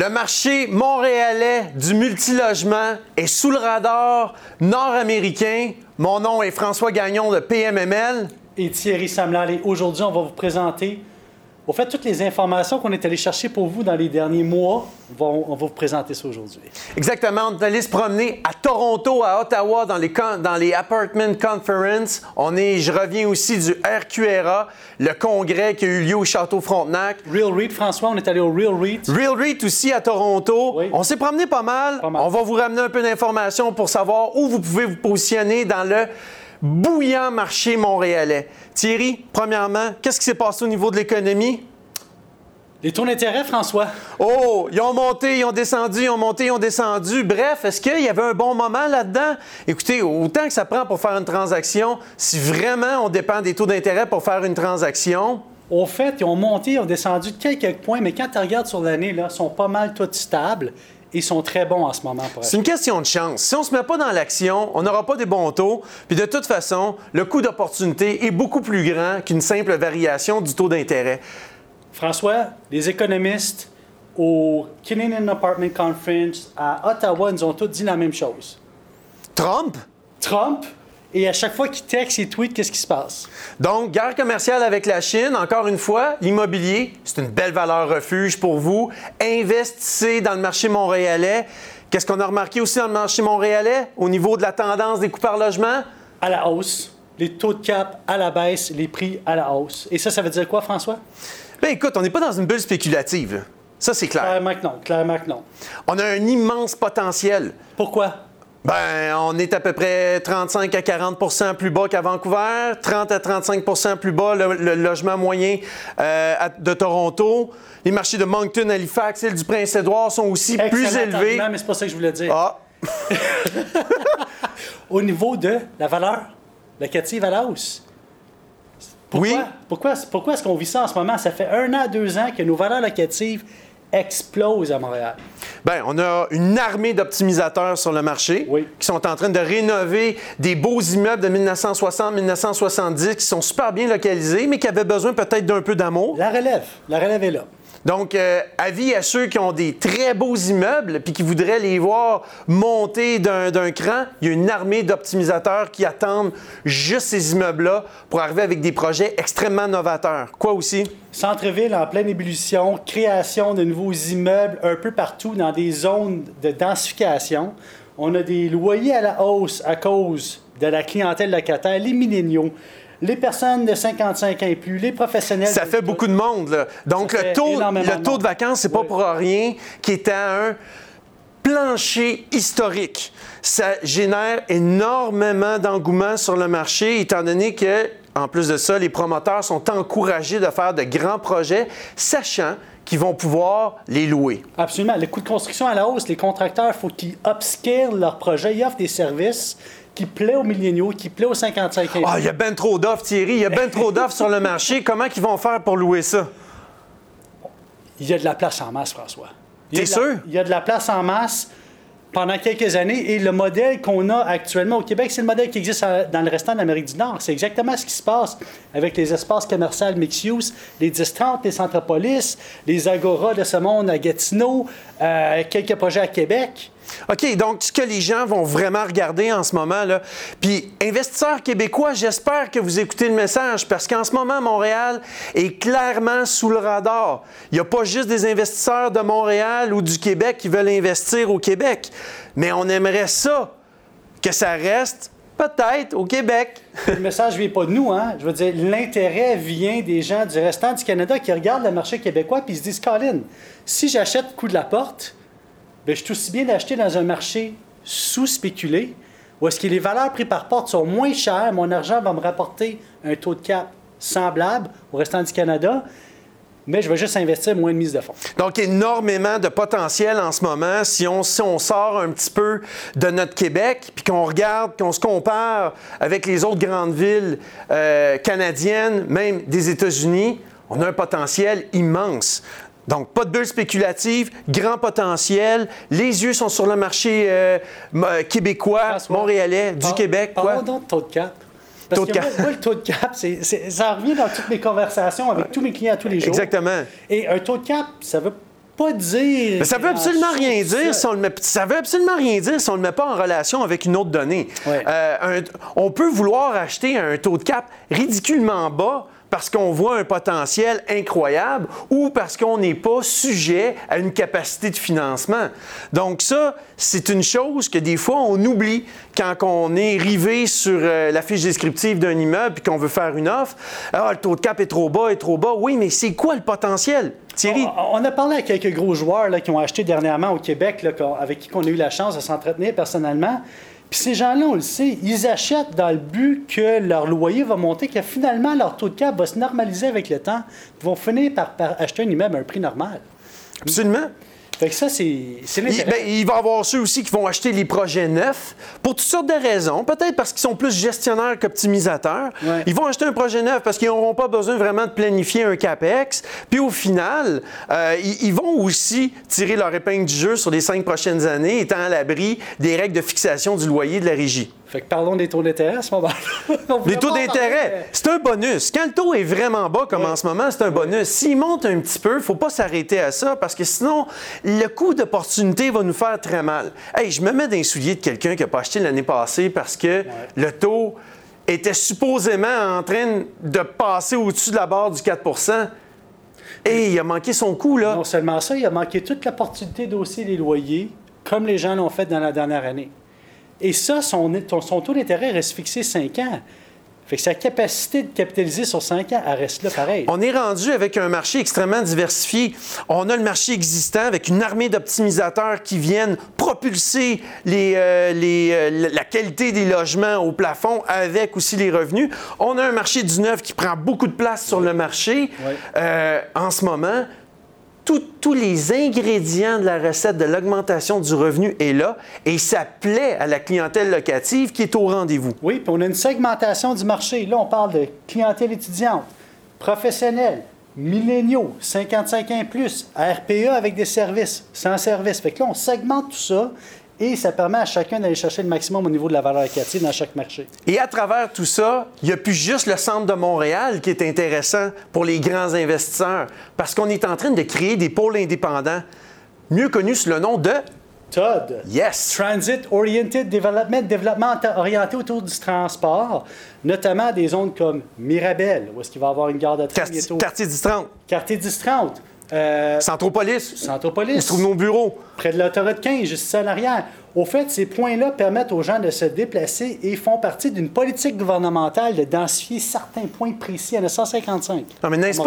Le marché montréalais du multilogement est sous le radar nord-américain. Mon nom est François Gagnon de PMML. Et Thierry Samlal. Et aujourd'hui, on va vous présenter, au fait, toutes les informations qu'on est allé chercher pour vous dans les derniers mois. On va vous présenter ça aujourd'hui. Exactement. On est allé se promener à Toronto, à Ottawa, dans les Apartment Conference. Je reviens aussi du RQRA, le congrès qui a eu lieu au Château Frontenac. Real REIT, François, on est allé au Real REIT. Real REIT aussi à Toronto. Oui. On s'est promené pas mal. On va vous ramener un peu d'informations pour savoir où vous pouvez vous positionner dans le bouillant marché montréalais. Thierry, premièrement, qu'est-ce qui s'est passé au niveau de l'économie? Les taux d'intérêt, François. Oh, ils ont monté, ils ont descendu, ils ont monté, ils ont descendu. Bref, est-ce qu'il y avait un bon moment là-dedans? Écoutez, autant que ça prend pour faire une transaction, si vraiment on dépend des taux d'intérêt pour faire une transaction... Au fait, ils ont monté, ils ont descendu de quelques points, mais quand tu regardes sur l'année, là, ils sont pas mal tous stables. Ils sont très bons en ce moment. C'est une question de chance. Si on ne se met pas dans l'action, on n'aura pas des bons taux. Puis de toute façon, le coût d'opportunité est beaucoup plus grand qu'une simple variation du taux d'intérêt. François, les économistes au Canadian Apartment Conference à Ottawa nous ont tous dit la même chose. Trump? Et à chaque fois qu'il texte et tweet, qu'est-ce qui se passe? Donc, guerre commerciale avec la Chine. Encore une fois, l'immobilier, c'est une belle valeur refuge pour vous. Investissez dans le marché montréalais. Qu'est-ce qu'on a remarqué aussi dans le marché montréalais au niveau de la tendance des coûts par logement? À la hausse. Les taux de cap à la baisse, les prix à la hausse. Et ça veut dire quoi, François? Bien, écoute, on n'est pas dans une bulle spéculative, là. Ça, c'est clair. Clairement que non. On a un immense potentiel. Pourquoi? Ben, on est à peu près 35 à 40 % plus bas qu'à Vancouver, 30 à 35 % plus bas le logement moyen de Toronto. Les marchés de Moncton, Halifax, Île-du-Prince-Édouard sont aussi plus élevés. Mais c'est pas ça que je voulais dire. Ah! Au niveau de la valeur locative à la hausse. Oui. Pourquoi est-ce qu'on vit ça en ce moment? Ça fait 1 an, 2 ans que nos valeurs locatives explosent à Montréal. Bien, on a une armée d'optimisateurs sur le marché qui sont en train de rénover des beaux immeubles de 1960-1970 qui sont super bien localisés, mais qui avaient besoin peut-être d'un peu d'amour. La relève est là. Donc, avis à ceux qui ont des très beaux immeubles puis qui voudraient les voir monter d'un cran, il y a une armée d'optimisateurs qui attendent juste ces immeubles-là pour arriver avec des projets extrêmement novateurs. Quoi aussi? Centre-ville en pleine ébullition, création de nouveaux immeubles un peu partout dans des zones de densification. On a des loyers à la hausse à cause de la clientèle locataire, les milléniaux, les personnes de 55 ans et plus, les professionnels... Ça fait beaucoup de monde, là. Donc, le taux de vacances, c'est pas pour rien qui est à un plancher historique. Ça génère énormément d'engouement sur le marché, étant donné que, en plus de ça, les promoteurs sont encouragés de faire de grands projets, sachant qu'ils vont pouvoir les louer. Absolument. Le coût de construction à la hausse, les contracteurs, il faut qu'ils upscale leurs projets, ils offrent des services qui plaît aux milléniaux, qui plaît aux 55 ans. Ah, il y a bien trop d'offres, Thierry. Il y a bien trop d'offres sur le marché. Comment ils vont faire pour louer ça? Il y a de la place en masse, François. T'es sûr? Il y a de la place en masse pendant quelques années. Et le modèle qu'on a actuellement au Québec, c'est le modèle qui existe dans le restant de l'Amérique du Nord. C'est exactement ce qui se passe avec les espaces commerciaux mixed-use, les 10-30, les Centropolis, les Agora de ce monde à Gatineau, quelques projets à Québec. OK, donc ce que les gens vont vraiment regarder en ce moment, là, puis investisseurs québécois, j'espère que vous écoutez le message, parce qu'en ce moment, Montréal est clairement sous le radar. Il n'y a pas juste des investisseurs de Montréal ou du Québec qui veulent investir au Québec, mais on aimerait ça, que ça reste peut-être au Québec. Le message ne vient pas de nous, hein? Je veux dire, l'intérêt vient des gens du restant du Canada qui regardent le marché québécois et ils se disent, Colin, si j'achète coup de la porte, bien, je suis aussi bien d'acheter dans un marché sous-spéculé où est-ce que les valeurs prises par porte sont moins chères, mon argent va me rapporter un taux de cap semblable au restant du Canada, mais je vais juste investir moins de mise de fonds. Donc, énormément de potentiel en ce moment. Si on sort un petit peu de notre Québec, puis qu'on regarde, qu'on se compare avec les autres grandes villes canadiennes, même des États-Unis, on a un potentiel immense. Donc, pas de bulle spéculative, grand potentiel. Les yeux sont sur le marché québécois, montréalais, du Québec. Parlons donc de taux de cap. Parce que moi, le taux de cap, ça revient dans toutes mes conversations avec tous mes clients tous les jours. Exactement. Et un taux de cap, ça veut pas dire... Mais ça veut absolument rien dire si on le met... Ça veut absolument rien dire si on ne le met pas en relation avec une autre donnée. Ouais. On peut vouloir acheter un taux de cap ridiculement bas parce qu'on voit un potentiel incroyable ou parce qu'on n'est pas sujet à une capacité de financement. Donc ça, c'est une chose que des fois, on oublie quand on est rivé sur la fiche descriptive d'un immeuble et qu'on veut faire une offre. Ah, le taux de cap est trop bas, est trop bas. Oui, mais c'est quoi le potentiel? Thierry? On a parlé à quelques gros joueurs là, qui ont acheté dernièrement au Québec, là, avec qui on a eu la chance de s'entretenir personnellement. Puis ces gens-là, on le sait, ils achètent dans le but que leur loyer va monter, que finalement leur taux de cap va se normaliser avec le temps. Ils vont finir par acheter un immeuble à un prix normal. Absolument. Fait que ça, c'est l'intérêt. Il va y avoir ceux aussi qui vont acheter les projets neufs pour toutes sortes de raisons. Peut-être parce qu'ils sont plus gestionnaires qu'optimisateurs. Ouais. Ils vont acheter un projet neuf parce qu'ils n'auront pas besoin vraiment de planifier un CAPEX. Puis au final, ils vont aussi tirer leur épingle du jeu sur les 5 prochaines années, étant à l'abri des règles de fixation du loyer de la régie. Fait que parlons des taux d'intérêt à ce moment-là. Les taux d'intérêt, c'est un bonus. Quand le taux est vraiment bas, comme en ce moment, c'est un bonus. S'il monte un petit peu, il ne faut pas s'arrêter à ça parce que sinon, le coût d'opportunité va nous faire très mal. Hey, je me mets dans les souliers de quelqu'un qui n'a pas acheté l'année passée parce que le taux était supposément en train de passer au-dessus de la barre du 4 % et il a manqué son coup, là. Non seulement ça, il a manqué toute l'opportunité d'hausser les loyers, comme les gens l'ont fait dans la dernière année. Et ça, son taux d'intérêt reste fixé 5 ans. Fait que sa capacité de capitaliser sur 5 ans, elle reste là pareil. On est rendu avec un marché extrêmement diversifié. On a le marché existant avec une armée d'optimisateurs qui viennent propulser la qualité des logements au plafond avec aussi les revenus. On a un marché du neuf qui prend beaucoup de place sur le marché. En ce moment, tous les ingrédients de la recette de l'augmentation du revenu est là et ça plaît à la clientèle locative qui est au rendez-vous. Oui, puis on a une segmentation du marché. Là, on parle de clientèle étudiante, professionnelle, milléniaux, 55 ans et plus, RPA avec des services, sans service. Fait que là, on segmente tout ça et ça permet à chacun d'aller chercher le maximum au niveau de la valeur locative dans chaque marché. Et à travers tout ça, il n'y a plus juste le centre de Montréal qui est intéressant pour les grands investisseurs parce qu'on est en train de créer des pôles indépendants, mieux connus sous le nom de TOD. Yes. Transit Oriented Development, développement orienté autour du transport, notamment des zones comme Mirabel, où est-ce qu'il va y avoir une gare de train bientôt. Quartier 10-30. Quartier 10-30. Centropolis. Centropolis. Où se trouvent nos bureaux. Près de l'autoroute 15, juste en arrière. Au fait, ces points-là permettent aux gens de se déplacer et font partie d'une politique gouvernementale de densifier certains points précis. Il y en a 155. Non, mais n'est-ce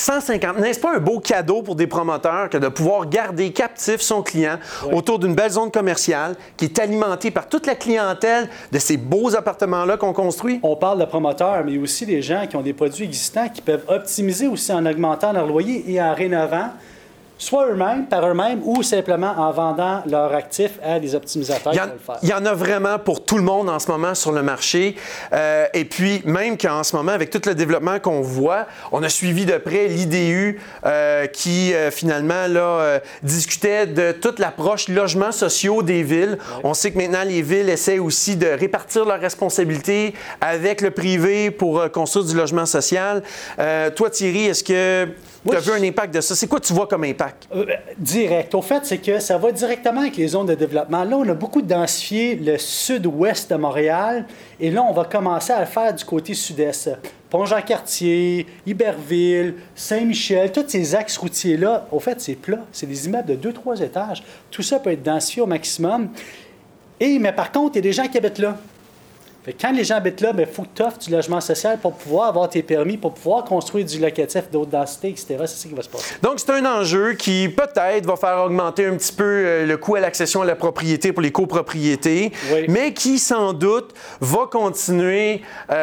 pas un beau cadeau pour des promoteurs que de pouvoir garder captif son client autour d'une belle zone commerciale qui est alimentée par toute la clientèle de ces beaux appartements-là qu'on construit? On parle de promoteurs, mais aussi des gens qui ont des produits existants qui peuvent optimiser aussi en augmentant leur loyer et en rénovant, soit eux-mêmes, par eux-mêmes, ou simplement en vendant leurs actifs à des optimisateurs qui vont le faire. Il y en a vraiment pour tout le monde en ce moment sur le marché. Et puis, même qu'en ce moment, avec tout le développement qu'on voit, on a suivi de près l'IDU qui, finalement, là, discutait de toute l'approche logements sociaux des villes. Ouais. On sait que maintenant, les villes essaient aussi de répartir leurs responsabilités avec le privé pour construire du logement social. Toi, Thierry, est-ce que tu as vu un impact de ça? C'est quoi tu vois comme impact? Direct. Au fait, c'est que ça va directement avec les zones de développement. Là, on a beaucoup densifié le sud-ouest de Montréal et là, on va commencer à le faire du côté sud-est. Pont-Jean-Cartier, Iberville, Saint-Michel, tous ces axes routiers-là, au fait, c'est plat. C'est des immeubles de 2-3 étages. Tout ça peut être densifié au maximum. Mais par contre, il y a des gens qui habitent là. Fait que quand les gens habitent là, il faut que tu offres du logement social pour pouvoir avoir tes permis, pour pouvoir construire du locatif d'autres densités, etc. C'est ça qui va se passer. Donc, c'est un enjeu qui, peut-être, va faire augmenter un petit peu le coût à l'accession à la propriété pour les copropriétés, mais qui, sans doute, va continuer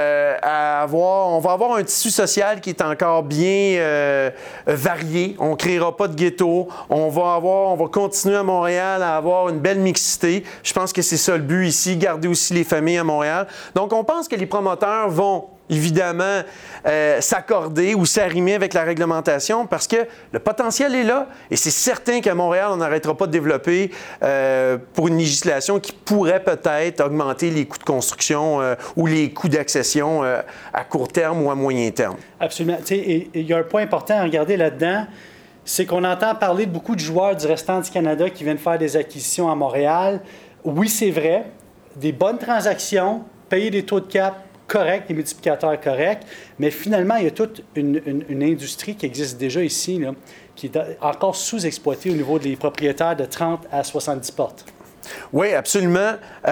à avoir... On va avoir un tissu social qui est encore bien varié. On ne créera pas de ghetto. On va continuer à Montréal à avoir une belle mixité. Je pense que c'est ça le but ici, garder aussi les familles à Montréal. Donc, on pense que les promoteurs vont évidemment s'accorder ou s'arrimer avec la réglementation parce que le potentiel est là et c'est certain qu'à Montréal, on n'arrêtera pas de développer pour une législation qui pourrait peut-être augmenter les coûts de construction ou les coûts d'accession à court terme ou à moyen terme. Absolument. Il y a un point important à regarder là-dedans. c'est qu'on entend parler de beaucoup de joueurs du restant du Canada qui viennent faire des acquisitions à Montréal. Oui, c'est vrai. Des bonnes transactions, payer des taux de cap corrects, des multiplicateurs corrects, mais finalement, il y a toute une industrie qui existe déjà ici, là, qui est encore sous-exploitée au niveau des propriétaires de 30 à 70 portes. Oui, absolument.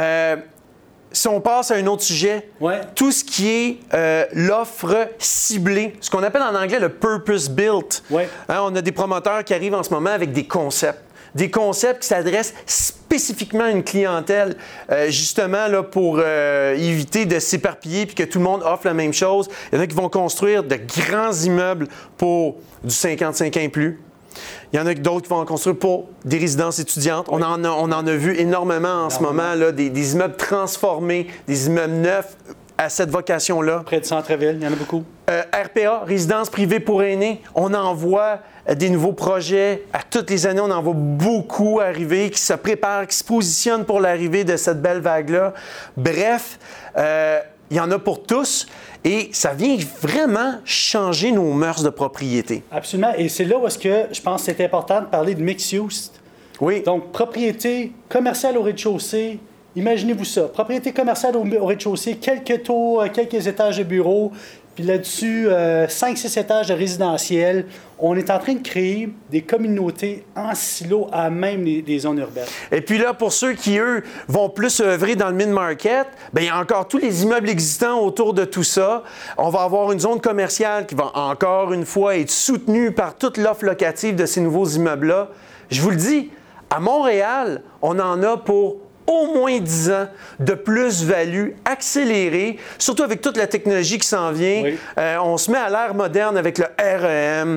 Si on passe à un autre sujet, tout ce qui est l'offre ciblée, ce qu'on appelle en anglais le purpose built. On a des promoteurs qui arrivent en ce moment avec des concepts. Des concepts qui s'adressent spécifiquement à une clientèle, justement là, pour éviter de s'éparpiller puis que tout le monde offre la même chose. Il y en a qui vont construire de grands immeubles pour du 55 ans et plus. Il y en a d'autres qui vont en construire pour des résidences étudiantes. On en a vu énormément en ce moment, là, des immeubles transformés, des immeubles neufs à cette vocation-là. Près du centre-ville, il y en a beaucoup. RPA, résidence privée pour aînés, on en voit des nouveaux projets. À toutes les années, on en voit beaucoup arriver, qui se préparent, qui se positionnent pour l'arrivée de cette belle vague-là. Bref, il y en a pour tous. Et ça vient vraiment changer nos mœurs de propriété. Absolument. Et c'est là où est-ce que je pense que c'est important de parler de mixed use. Oui. Donc, propriété commerciale au rez-de-chaussée. Imaginez-vous ça. Propriété commerciale au rez-de-chaussée, quelques tours, quelques étages de bureaux, puis là-dessus, 5-6 étages de résidentiel. On est en train de créer des communautés en silo à même des zones urbaines. Et puis là, pour ceux qui, eux, vont plus œuvrer dans le mid-market, bien, il y a encore tous les immeubles existants autour de tout ça. On va avoir une zone commerciale qui va encore une fois être soutenue par toute l'offre locative de ces nouveaux immeubles-là. Je vous le dis, à Montréal, on en a pour au moins 10 ans de plus-value accélérée, surtout avec toute la technologie qui s'en vient. Oui. On se met à l'ère moderne avec le REM,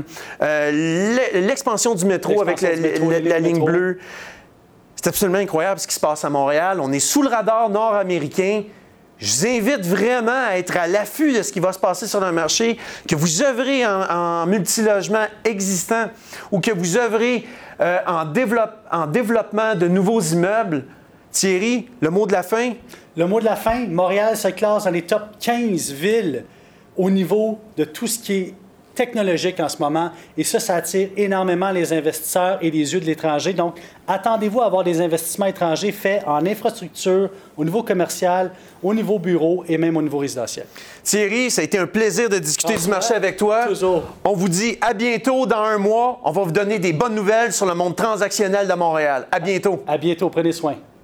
l'expansion du métro avec la ligne bleue. C'est absolument incroyable ce qui se passe à Montréal. On est sous le radar nord-américain. Je vous invite vraiment à être à l'affût de ce qui va se passer sur le marché, que vous œuvrez en multilogement existant ou que vous œuvrez en développement de nouveaux immeubles. Thierry, le mot de la fin? Le mot de la fin, Montréal se classe dans les top 15 villes au niveau de tout ce qui est technologique en ce moment. Et ça attire énormément les investisseurs et les yeux de l'étranger. Donc, attendez-vous à avoir des investissements étrangers faits en infrastructure, au niveau commercial, au niveau bureau et même au niveau résidentiel. Thierry, ça a été un plaisir de discuter du marché avec toi. Toujours. On vous dit à bientôt dans un mois. On va vous donner des bonnes nouvelles sur le monde transactionnel de Montréal. À bientôt. À bientôt. Prenez soin.